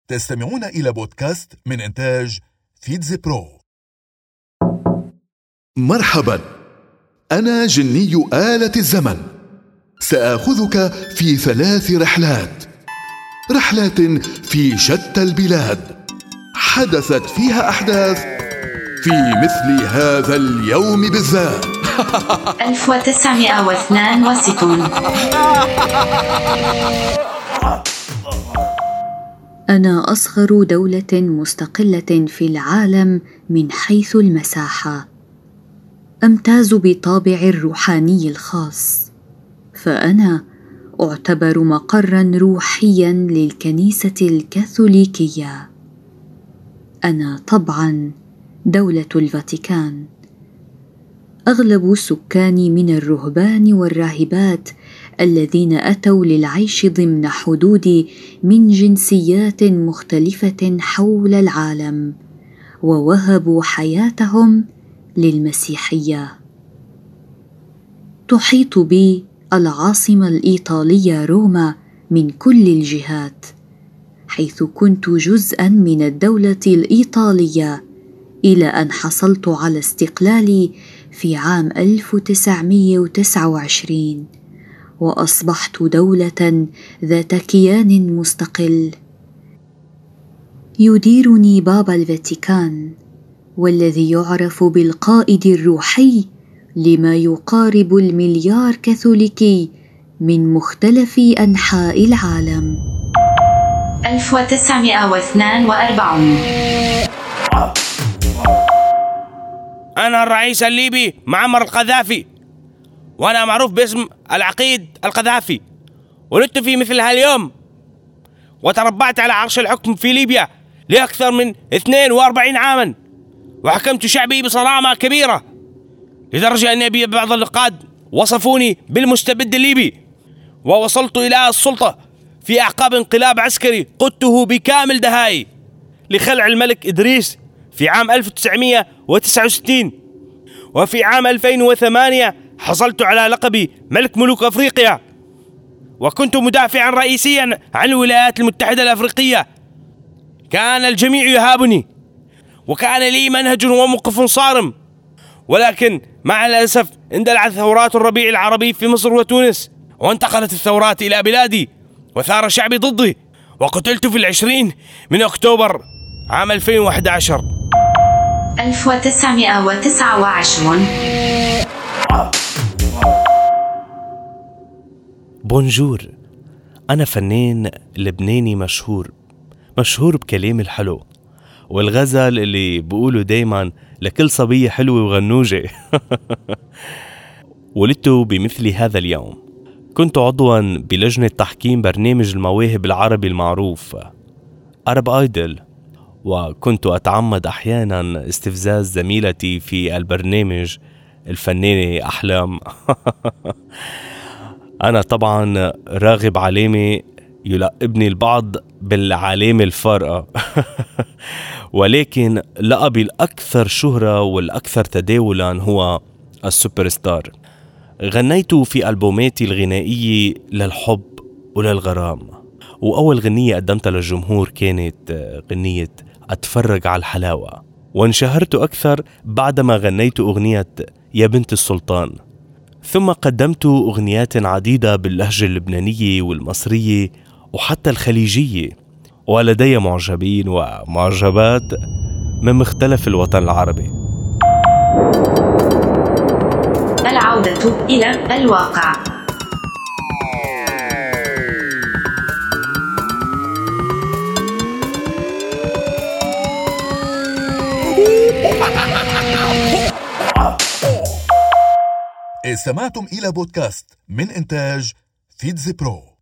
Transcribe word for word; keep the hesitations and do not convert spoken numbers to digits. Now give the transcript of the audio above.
تستمعون إلى بودكاست من إنتاج فيتز برو. مرحبا، أنا جني آلة الزمن. سآخذك في ثلاث رحلات رحلات في شتى البلاد، حدثت فيها أحداث في مثل هذا اليوم بالذات. ألف وتسعمائة واثنين وستين. أنا أصغر دولة مستقلة في العالم من حيث المساحة. أمتاز بطابعي الروحاني الخاص، فأنا أعتبر مقراً روحياً للكنيسة الكاثوليكية. أنا طبعاً دولة الفاتيكان. أغلب سكاني من الرهبان والراهبات الذين أتوا للعيش ضمن حدود من جنسيات مختلفة حول العالم، ووهبوا حياتهم للمسيحية. تحيط بي العاصمة الإيطالية روما من كل الجهات، حيث كنت جزءاً من الدولة الإيطالية إلى أن حصلت على استقلالي في عام ألف وتسعمائة وتسعة وعشرين، وأصبحت دولة ذات كيان مستقل. يديرني بابا الفاتيكان، والذي يعرف بالقائد الروحي لما يقارب المليار كاثوليكي من مختلف أنحاء العالم. ألف وتسعمائة واثنين وأربعين. أنا الرئيس الليبي معمر القذافي، وأنا معروف باسم العقيد القذافي. ولدت في مثل هاليوم، وتربعت على عرش الحكم في ليبيا لأكثر من اثنين وأربعين عاما، وحكمت شعبي بصرامة كبيرة، لدرجة أن بعض القادة وصفوني بالمستبد الليبي. ووصلت إلى السلطة في أعقاب انقلاب عسكري قدته بكامل دهائي لخلع الملك إدريس في عام ألف وتسعمائة وتسعة وستين. وفي عام ألفين وثمانية حصلت على لقب ملك ملوك أفريقيا، وكنت مدافعا رئيسيا عن الولايات المتحدة الأفريقية. كان الجميع يهابني، وكان لي منهج وموقف صارم، ولكن مع الأسف اندلعت ثورات الربيع العربي في مصر وتونس، وانتقلت الثورات إلى بلادي، وثار شعبي ضدي، وقتلت في العشرين من أكتوبر عام ألفين وأحد عشر. ألف وتسعمائة وتسعة وعشرين. بونجور، أنا فنان لبناني مشهور مشهور بكلام الحلو والغزل اللي بقوله دايما لكل صبية حلوة وغنوجة. ولدت بمثل هذا اليوم. كنت عضوا بلجنة تحكيم برنامج المواهب العربي المعروف عرب آيدل، وكنت أتعمد أحيانا استفزاز زميلتي في البرنامج الفنانة أحلام. أنا طبعا راغب علامة، يلقبني البعض بالعلامة الفارقة. ولكن لقبي الأكثر شهرة والأكثر تداولا هو السوبر ستار. غنيت في ألبوماتي الغنائية للحب وللغرام، وأول غنية قدمتها للجمهور كانت غنية أتفرج على الحلاوة، وانشهرت أكثر بعدما غنيت أغنية يا بنت السلطان. ثم قدمت أغنيات عديدة باللهجة اللبنانية والمصرية وحتى الخليجية، ولدي معجبين ومعجبات من مختلف الوطن العربي. العودة إلى الواقع. استمعتم إلى بودكاست من إنتاج فيتز برو.